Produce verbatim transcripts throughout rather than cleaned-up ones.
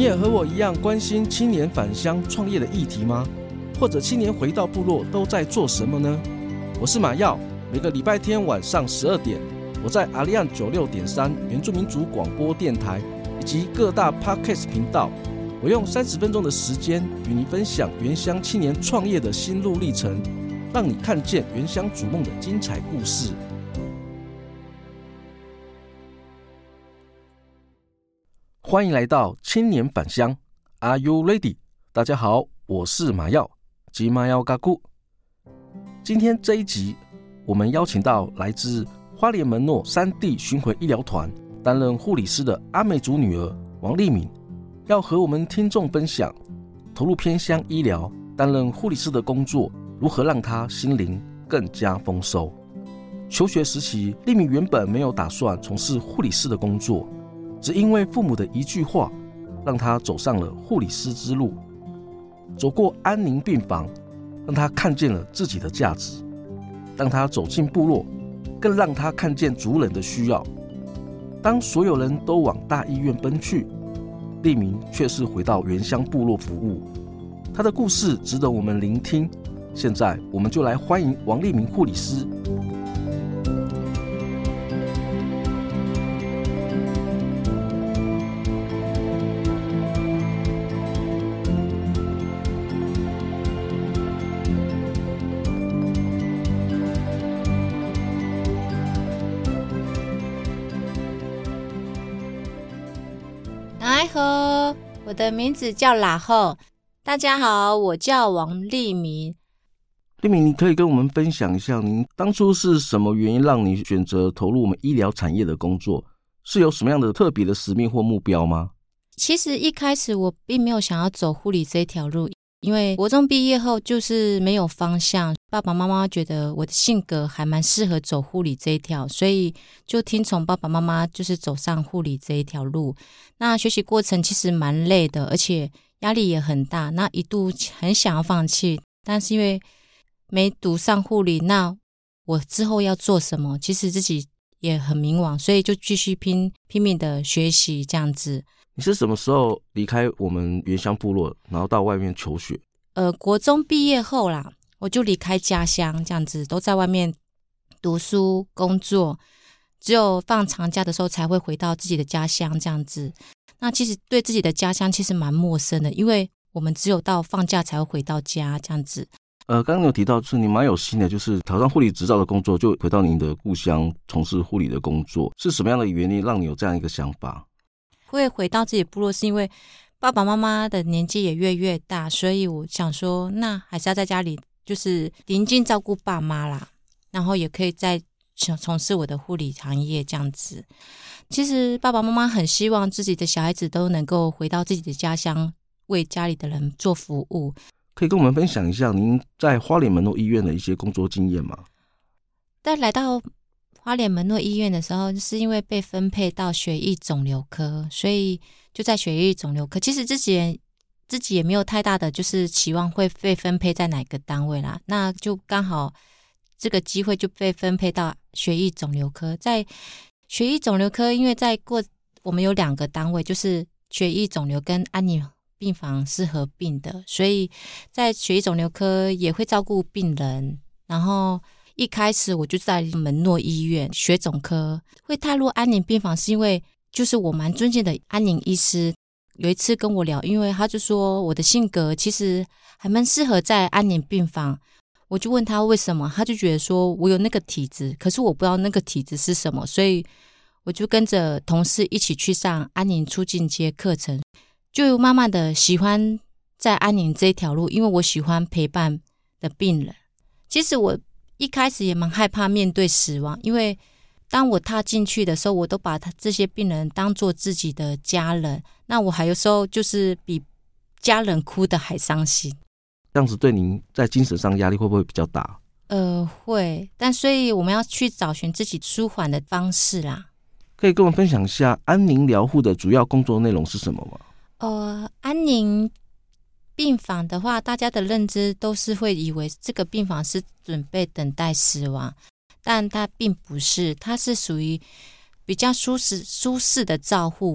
你也和我一样关心青年返乡创业的议题吗？或者青年回到部落都在做什么呢？我是马耀，每个礼拜天晚上十二点，我在阿里安九六点三原住民族广播电台以及各大 Podcast 频道，我用三十分钟的时间与你分享原乡青年创业的心路历程，让你看见原乡逐梦的精彩故事。欢迎来到青年返乡 Are you ready？ 大家好，我是马耀吉马耀嘎古。今天这一集我们邀请到来自花莲门诺山地巡回医疗团担任护理师的阿美族女儿王丽敏，要和我们听众分享投入偏乡医疗担任护理师的工作如何让她心灵更加丰收。求学时期，丽敏原本没有打算从事护理师的工作，只因为父母的一句话，让他走上了护理师之路。走过安宁病房，让他看见了自己的价值。当他走进部落，更让他看见族人的需要。当所有人都往大医院奔去，丽敏却是回到原乡部落服务。他的故事值得我们聆听。现在我们就来欢迎王丽敏护理师。 我的名字叫拉后，大家好，我叫王丽敏。 丽敏，你可以跟我们分享一下，您当初是什么原因让你选择投入我们医疗产业的工作？是有什么样的特别的使命或目标吗？ 其实一开始我并没有想要走护理这一条路，因为国中毕业后就是没有方向，爸爸妈妈觉得我的性格还蛮适合走护理这一条，所以就听从爸爸妈妈，就是走上护理这一条路。那学习过程其实蛮累的，而且压力也很大，那一度很想要放弃，但是因为没读上护理，那我之后要做什么，其实自己也很迷惘，所以就继续拼拼命的学习这样子。 你是什么时候离开我们原乡部落，然后到外面求学？ 呃，国中毕业后啦，我就离开家乡，这样子都在外面读书工作，只有放长假的时候才会回到自己的家乡这样子。那其实对自己的家乡其实蛮陌生的，因为我们只有到放假才会回到家这样子。 呃，刚刚有提到就是你蛮有心的，就是考上护理执照的工作，就回到您的故乡从事护理的工作，是什么样的原因让你有这样一个想法？ 会回到自己的部落是因为爸爸妈妈的年纪也越越大，所以我想说那还是要在家里就是邻近照顾爸妈啦，然后也可以再从事我的护理行业这样子。其实爸爸妈妈很希望自己的小孩子都能够回到自己的家乡，为家里的人做服务。 可以跟我们分享一下您在花莲门诺医院的一些工作经验吗？ 在来到花莲门诺医院的时候，是因为被分配到血液肿瘤科，所以就在血液肿瘤科。其实自己也自己也没有太大的就是期望会被分配在哪个单位啦，那就刚好这个机会就被分配到血液肿瘤科。在血液肿瘤科，因为在过我们有两个单位，就是血液肿瘤跟安宁病房是合并的，所以在血液肿瘤科也会照顾病人。然后一开始我就在门诺医院血肿科，会踏入安宁病房是因为就是我蛮尊敬的安宁医师有一次跟我聊，因为他就说我的性格其实还蛮适合在安宁病房。我就问他为什么，他就觉得说我有那个体质，可是我不知道那个体质是什么，所以我就跟着同事一起去上安宁促进阶课程，就慢慢的喜欢在安宁这一条路，因为我喜欢陪伴的病人。其实我一开始也蛮害怕面对死亡，因为当我踏进去的时候，我都把他这些病人当作自己的家人，那我还有时候就是比家人哭的还伤心。 这样子对您在精神上压力会不会比较大？ 呃，会，但所以我们要去找寻自己舒缓的方式啦。 可以跟我们分享一下安宁疗护的主要工作内容是什么吗？ 呃，安宁病房的话，大家的认知都是会以为这个病房是准备等待死亡，但它并不是，它是属于比较舒适舒适的照护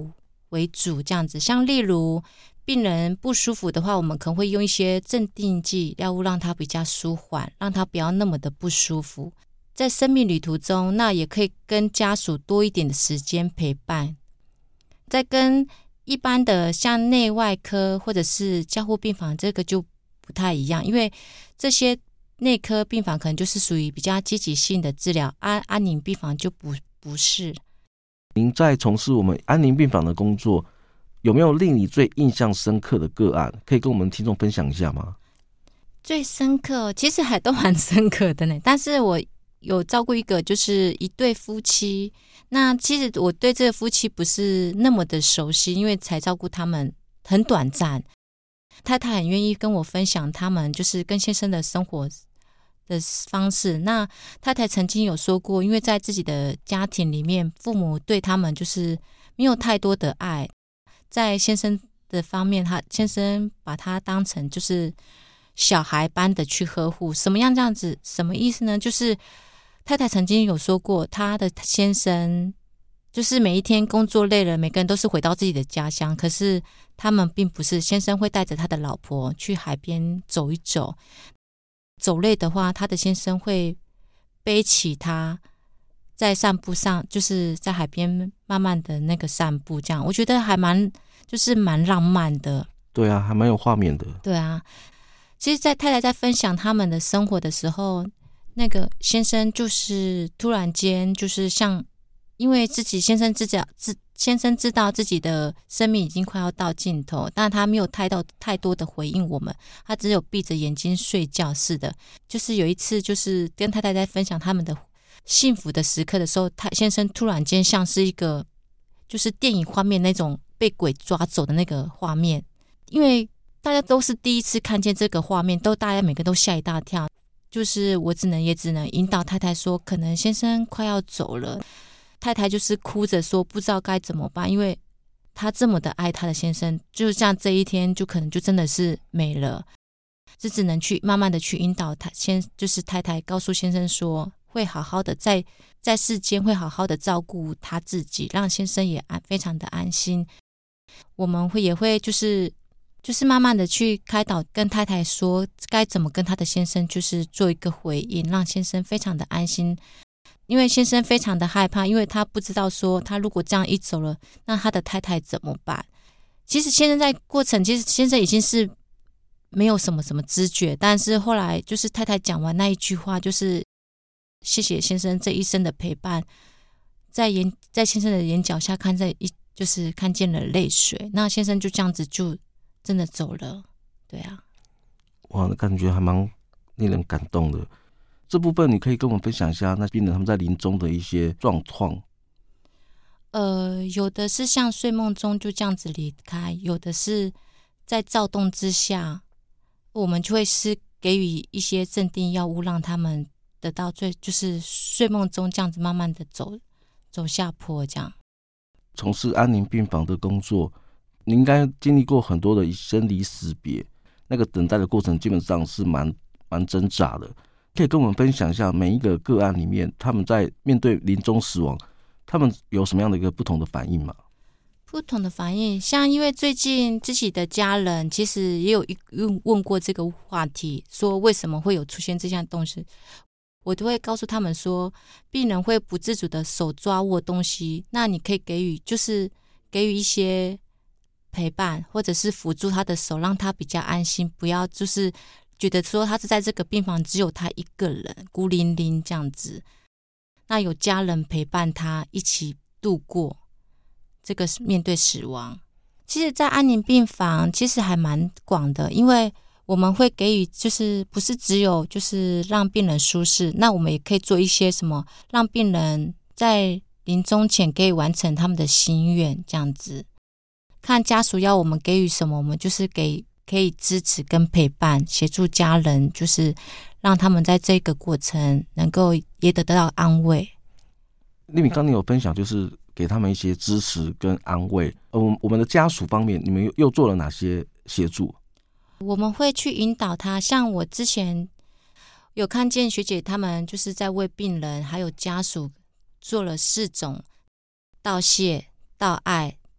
为主这样子。像例如病人不舒服的话，我们可能会用一些镇定剂药物让他比较舒缓，让他不要那么的不舒服。在生命旅途中，那也可以跟家属多一点的时间陪伴。在跟一般的像内外科或者是加护病房，这个就不太一样，因为这些内科病房可能就是属于比较积极性的治疗，安安宁病房就不不是。 您在从事我们安宁病房的工作，有没有令你最印象深刻的个案，可以跟我们听众分享一下吗？ 最深刻其实还都蛮深刻的呢，但是我有照顾一个就是一对夫妻，那其实我对这个夫妻不是那么的熟悉，因为才照顾他们很短暂。太太很愿意跟我分享他们就是跟先生的生活的方式。那太太曾经有说过，因为在自己的家庭里面，父母对他们就是没有太多的爱，在先生的方面，他先生把他当成就是小孩般的去呵护。什么样这样子？什么意思呢？就是太太曾经有说过，她的先生就是每一天工作累了，每个人都是回到自己的家乡，可是他们并不是，先生会带着他的老婆去海边走一走，走累的话，他的先生会背起他在散步上，就是在海边慢慢的那个散步，这样我觉得还蛮就是蛮浪漫的。 对啊，还蛮有画面的。 对啊，其实在太太在分享他们的生活的时候，那个先生就是突然间就是像因为自己先生知道自先生知道自己的生命已经快要到尽头，但他没有太到太多的回应我们，他只有闭着眼睛睡觉似的。就是有一次就是跟太太在分享他们的幸福的时刻的时候，他先生突然间像是一个就是电影画面那种被鬼抓走的那个画面，因为大家都是第一次看见这个画面，都大家每个都吓一大跳。就是我只能也只能引导太太说，可能先生快要走了。太太就是哭着说不知道该怎么办，因为她这么的爱她的先生，就像这一天就可能就真的是没了，就只能去慢慢的去引导他先，就是太太告诉先生说会好好的在在世间会好好的照顾他自己，让先生也安非常的安心。我们会也会就是就是慢慢的去开导，跟太太说该怎么跟他的先生就是做一个回应，让先生非常的安心。因为先生非常的害怕，因为他不知道说他如果这样一走了，那他的太太怎么办。其实先生在过程，其实先生已经是没有什么什么知觉，但是后来就是太太讲完那一句话，就是谢谢先生这一生的陪伴，在眼在先生的眼角下看在一就是看见了泪水，那先生就这样子就真的走了。对啊， 哇，感觉还蛮令人感动的。这部分你可以跟我们分享一下那病人他们在临终的一些状况。 呃，有的是像睡梦中就这样子离开，有的是在躁动之下，我们就会是给予一些镇定药物，让他们得到最就是睡梦中这样子慢慢的走走下坡这样。 从事安宁病房的工作，你应该经历过很多的生离死别，那个等待的过程基本上是蛮蛮挣扎的。可以跟我们分享一下每一个个案里面，他们在面对临终死亡，他们有什么样的一个不同的反应吗？ 不同的反应，像因为最近自己的家人其实也有一问过这个话题，说为什么会有出现这项东西，我都会告诉他们说，病人会不自主的手抓握东西，那你可以给予就是给予一些陪伴，或者是辅助他的手，让他比较安心，不要就是觉得说他是在这个病房只有他一个人孤零零这样子，那有家人陪伴他一起度过这个面对死亡。其实在安宁病房其实还蛮广的，因为我们会给予就是不是只有就是让病人舒适，那我们也可以做一些什么让病人在临终前可以完成他们的心愿，这样子看家属要我们给予什么，我们就是给可以支持跟陪伴，协助家人，就是让他们在这个过程能够也得到安慰。 丽敏，刚刚你有分享，就是给他们一些支持跟安慰。呃，我们的家属方面，你们又做了哪些协助？ 我们会去引导他，像我之前有看见学姐他们就是在为病人还有家属做了四种道谢、道爱、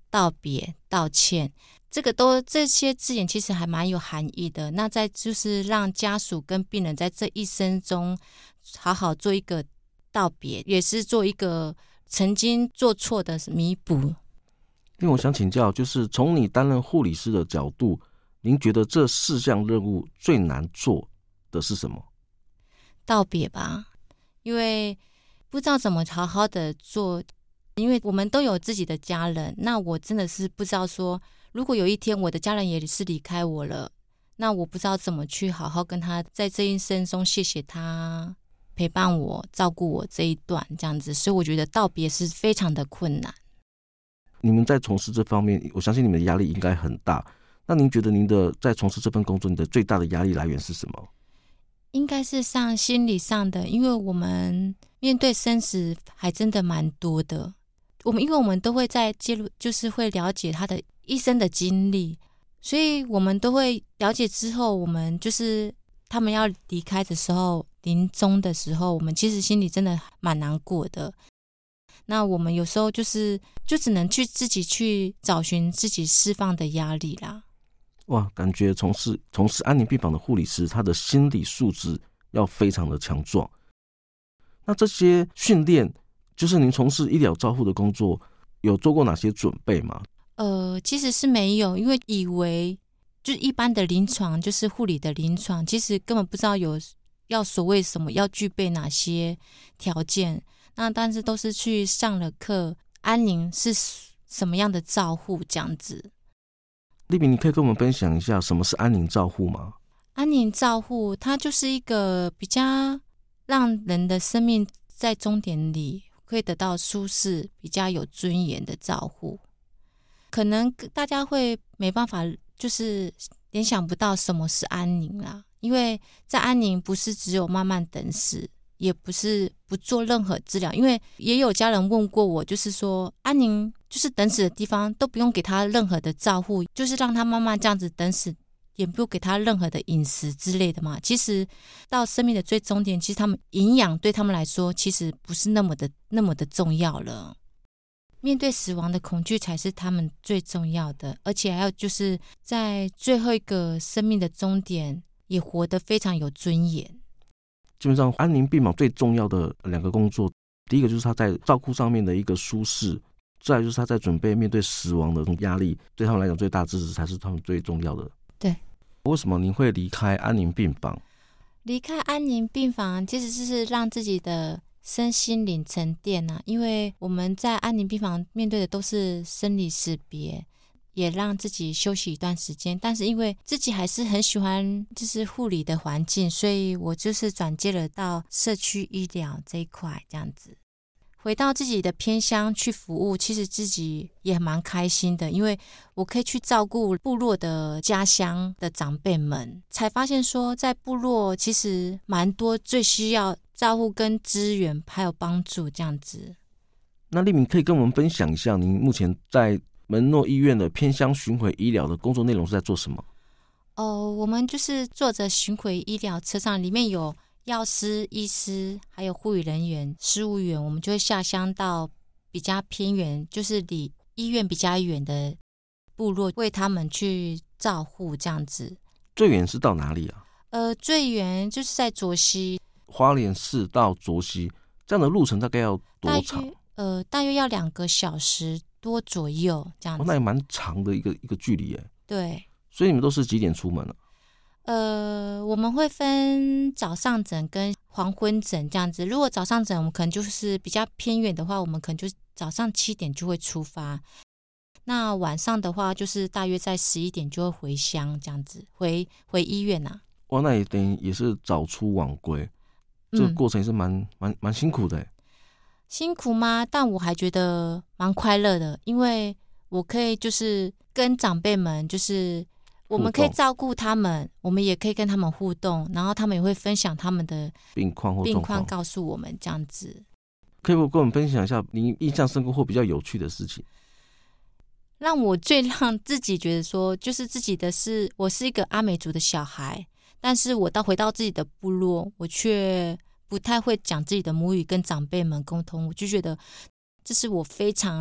道别、道歉，这个都这些字眼其实还蛮有含义的。那再就是让家属跟病人在这一生中好好做一个道别，也是做一个曾经做错的弥补。 因为我想请教，就是从你担任护理师的角度，您觉得这四项任务最难做的是什么？ 道别吧，因为不知道怎么好好的做，因为我们都有自己的家人，那我真的是不知道说，如果有一天我的家人也是离开我了，那我不知道怎么去好好跟他在这一生中谢谢他陪伴我照顾我这一段这样子，所以我觉得道别是非常的困难。 你们在从事这方面，我相信你们的压力应该很大，那您觉得您的在从事这份工作，你的最大的压力来源是什么？ 应该是上心理上的，因为我们面对生死还真的蛮多的，我们因为我们都会在介入，就是会了解他的一生的经历，所以我们都会了解之后，我们就是他们要离开的时候，临终的时候，我们其实心里真的蛮难过的。那我们有时候就是就只能去自己去找寻自己释放的压力啦。 哇，感觉从事从事安宁病房的护理师，他的心理素质要非常的强壮。那这些训练，就是您从事医疗照护的工作，有做过哪些准备吗？ 呃，其实是没有，因为以为就是一般的临床，就是护理的临床，其实根本不知道有要所谓什么要具备哪些条件。那但是都是去上了课，安宁是什么样的照护这样子。 丽萍，你可以跟我们分享一下什么是安宁照护吗？ 安宁照护它就是一个比较让人的生命在终点里可以得到舒适、比较有尊严的照护。可能大家会没办法就是联想不到什么是安宁啦，因为在安宁不是只有慢慢等死，也不是不做任何治疗，因为也有家人问过我，就是说安宁就是等死的地方都不用给他任何的照护，就是让他慢慢这样子等死，也不用给他任何的饮食之类的嘛。其实到生命的最终点，其实他们营养对他们来说其实不是那么的那么的重要了。面对死亡的恐惧才是他们最重要的，而且还有就是在最后一个生命的终点也活得非常有尊严。 基本上安宁病房最重要的两个工作，第一个就是他在照顾上面的一个舒适，再来就是他在准备面对死亡的压力，对他们来讲最大支持才是他们最重要的。 对， 为什么您会离开安宁病房？ 离开安宁病房其实是让自己的身心灵沉淀啊，因为我们在安宁病房面对的都是生离死别，也让自己休息一段时间，但是因为自己还是很喜欢就是护理的环境，所以我就是转接了到社区医疗这一块这样子。回到自己的偏乡去服务，其实自己也蛮开心的，因为我可以去照顾部落的家乡的长辈们，才发现说在部落其实蛮多最需要照顾跟资源还有帮助这样子。 那丽敏可以跟我们分享一下您目前在门诺医院的偏乡巡回医疗的工作内容是在做什么？ 哦，我们就是坐着巡回医疗车上，里面有药师、医师，还有护理人员、事务员，我们就会下乡到比较偏远，就是离医院比较远的部落，为他们去照护这样子。 最远是到哪里啊？ 呃，最远就是在卓溪， 花莲市到卓溪，这样的路程大概要多长？ 呃，大约要两个小时多左右这样子。 哦，那也蛮长的一个一个距离耶。 对。 所以你们都是几点出门啊？ 呃，我们会分早上诊跟黄昏诊这样子。如果早上诊，我们可能就是比较偏远的话，我们可能就早上七点就会出发。那晚上的话，就是大约在十一点就会回乡这样子，回回医院啊。 哇，那也等于也是早出晚归，这个过程也是蛮蛮蛮辛苦的耶。 辛苦吗？但我还觉得蛮快乐的，因为我可以就是跟长辈们就是我们可以照顾他们，我们也可以跟他们互动，然后他们也会分享他们的病况或病况告诉我们这样子。 可以不跟我们分享一下您印象深刻或比较有趣的事情？ 让我最让自己觉得说，就是自己的是我是一个阿美族的小孩，但是我到回到自己的部落，我却不太会讲自己的母语跟长辈们沟通，我就觉得这是我非常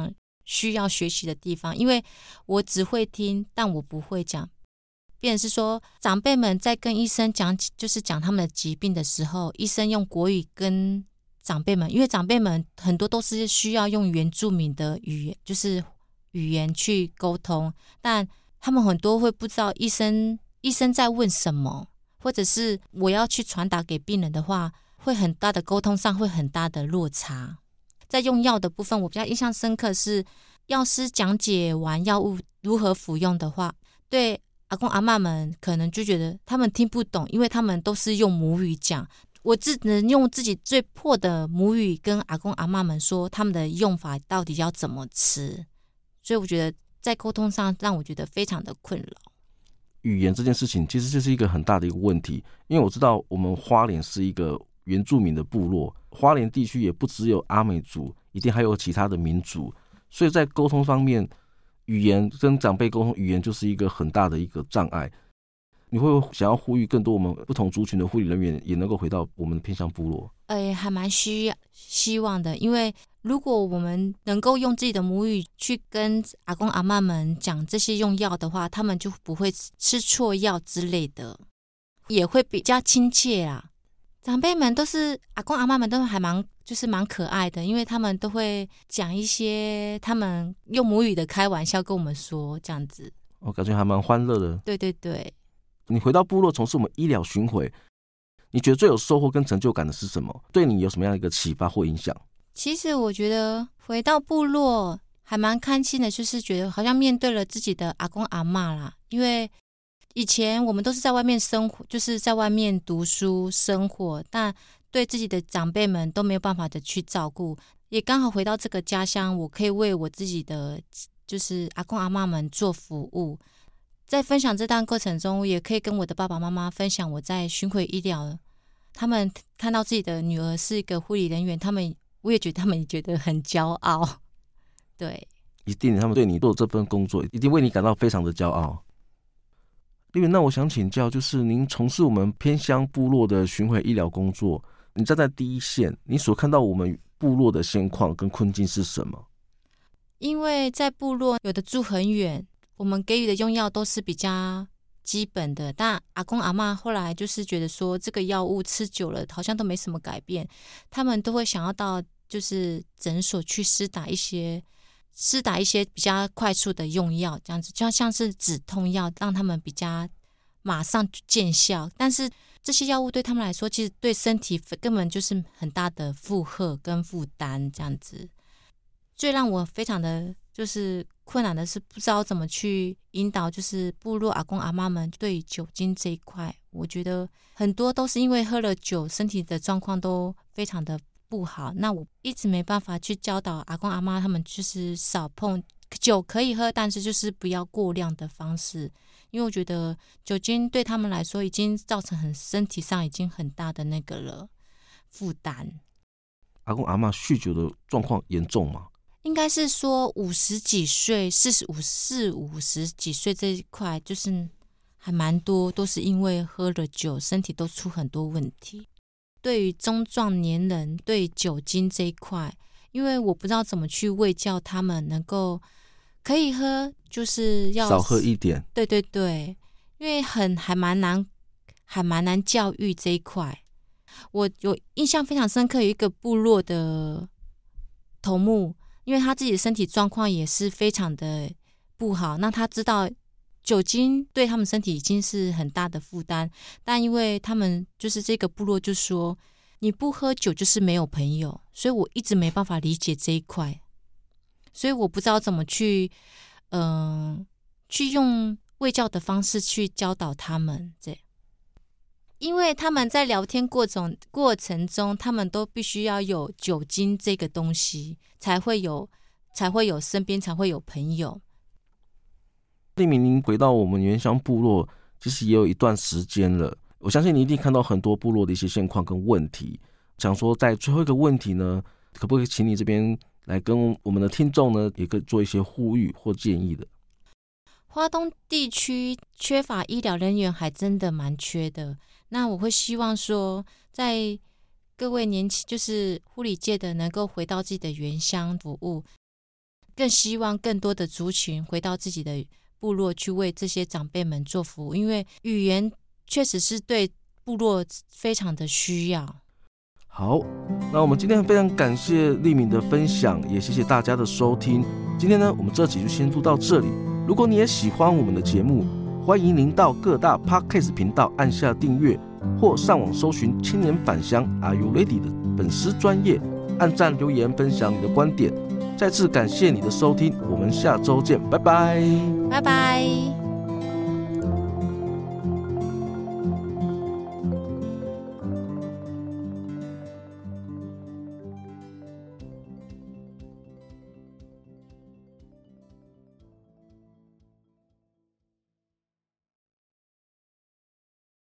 需要学习的地方，因为我只会听，但我不会讲。变成是说，长辈们在跟医生讲，就是讲他们的疾病的时候，医生用国语跟长辈们，因为长辈们很多都是需要用原住民的语言，就是语言去沟通，但他们很多会不知道医生医生在问什么，或者是我要去传达给病人的话，会很大的沟通上会很大的落差。在用药的部分，我比较印象深刻是药师讲解完药物如何服用的话，对阿公阿嬷们可能就觉得他们听不懂，因为他们都是用母语讲，我只能用自己最破的母语跟阿公阿嬷们说他们的用法到底要怎么吃，所以我觉得在沟通上让我觉得非常的困扰。 语言这件事情其实就是一个很大的一个问题，因为我知道我们花莲是一个原住民的部落，花莲地区也不只有阿美族，一定还有其他的民族，所以在沟通方面，语言跟长辈沟通，语言就是一个很大的一个障碍。你会想要呼吁更多我们不同族群的护理人员也能够回到我们的偏乡部落？ 呃，还蛮需要希望的，因为如果我们能够用自己的母语去跟阿公阿嬷们讲这些用药的话，他们就不会吃错药之类的，也会比较亲切啦。长辈们都是阿公阿嬷们都还蛮就是蛮可爱的，因为他们都会讲一些他们用母语的开玩笑跟我们说，这样子， 我感觉还蛮欢乐的。 对对对。 你回到部落从事我们医疗巡回，你觉得最有收获跟成就感的是什么？对你有什么样的一个启发或影响？ 其实我觉得回到部落还蛮开心的，就是觉得好像面对了自己的阿公阿嬷啦，因为以前我们都是在外面生活，就是在外面读书生活，但对自己的长辈们都没有办法的去照顾，也刚好回到这个家乡，我可以为我自己的就是阿公阿嬷们做服务。在分享这段过程中，也可以跟我的爸爸妈妈分享我在巡回医疗，他们看到自己的女儿是一个护理人员，他们我也觉得他们也觉得很骄傲。对， 一定他们对你做这份工作一定为你感到非常的骄傲。丽媛，那我想请教，就是您从事我们偏乡部落的巡回医疗工作，你站在第一线，你所看到我们部落的现况跟困境是什么？ 因为在部落有的住很远，我们给予的用药都是比较基本的，但阿公阿嬷后来就是觉得说这个药物吃久了好像都没什么改变，他们都会想要到就是诊所去施打一些施打一些比较快速的用药，这样子就像是止痛药，让他们比较马上见效，但是这些药物对他们来说其实对身体根本就是很大的负荷跟负担，这样子。最让我非常的就是困难的是不知道怎么去引导就是部落阿公阿嬷们对酒精这一块，我觉得很多都是因为喝了酒身体的状况都非常的不好，那我一直没办法去教导阿公阿嬷他们就是少碰酒，可以喝但是就是不要过量的方式，因为我觉得酒精对他们来说已经造成很身体上已经很大的那个了负担。 阿公阿嬷酗酒的状况严重吗？ 应该是说五十几岁、四十五、四五十几岁这一块，就是还蛮多，都是因为喝了酒，身体都出很多问题。对于中壮年人，对酒精这一块，因为我不知道怎么去卫教他们，能够可以喝，就是要少喝一点。 对对对，因为很还蛮难，还蛮难教育这一块。我有印象非常深刻，有一个部落的头目。因为他自己的身体状况也是非常的不好，那他知道酒精对他们身体已经是很大的负担，但因为他们就是这个部落就说你不喝酒就是没有朋友，所以我一直没办法理解这一块，所以我不知道怎么去嗯、呃、去用卫教的方式去教导他们这样。因为他们在聊天过程过程中，他们都必须要有酒精这个东西，才会有才会有身边才会有朋友。 丽敏，您回到我们原乡部落，其实也有一段时间了。我相信你一定看到很多部落的一些现况跟问题。想说，在最后一个问题呢，可不可以请你这边来跟我们的听众呢，也可以做一些呼吁或建议的？ 花东地区缺乏医疗人员，还真的蛮缺的。那我会希望说，在各位年轻就是护理界的，能够回到自己的原乡服务。 更希望更多的族群回到自己的部落去为这些长辈们做服务，因为语言确实是对部落非常的需要。 好，那我们今天非常感谢立敏的分享，也谢谢大家的收听。今天呢，我们这集就先录到这里。如果你也喜欢我们的节目，欢迎您到各大 Podcast 频道按下订阅，或上网搜寻青年返乡 Are You Ready 的粉丝专页，按赞留言分享你的观点。再次感谢你的收听，我们下周见，拜拜， 拜拜。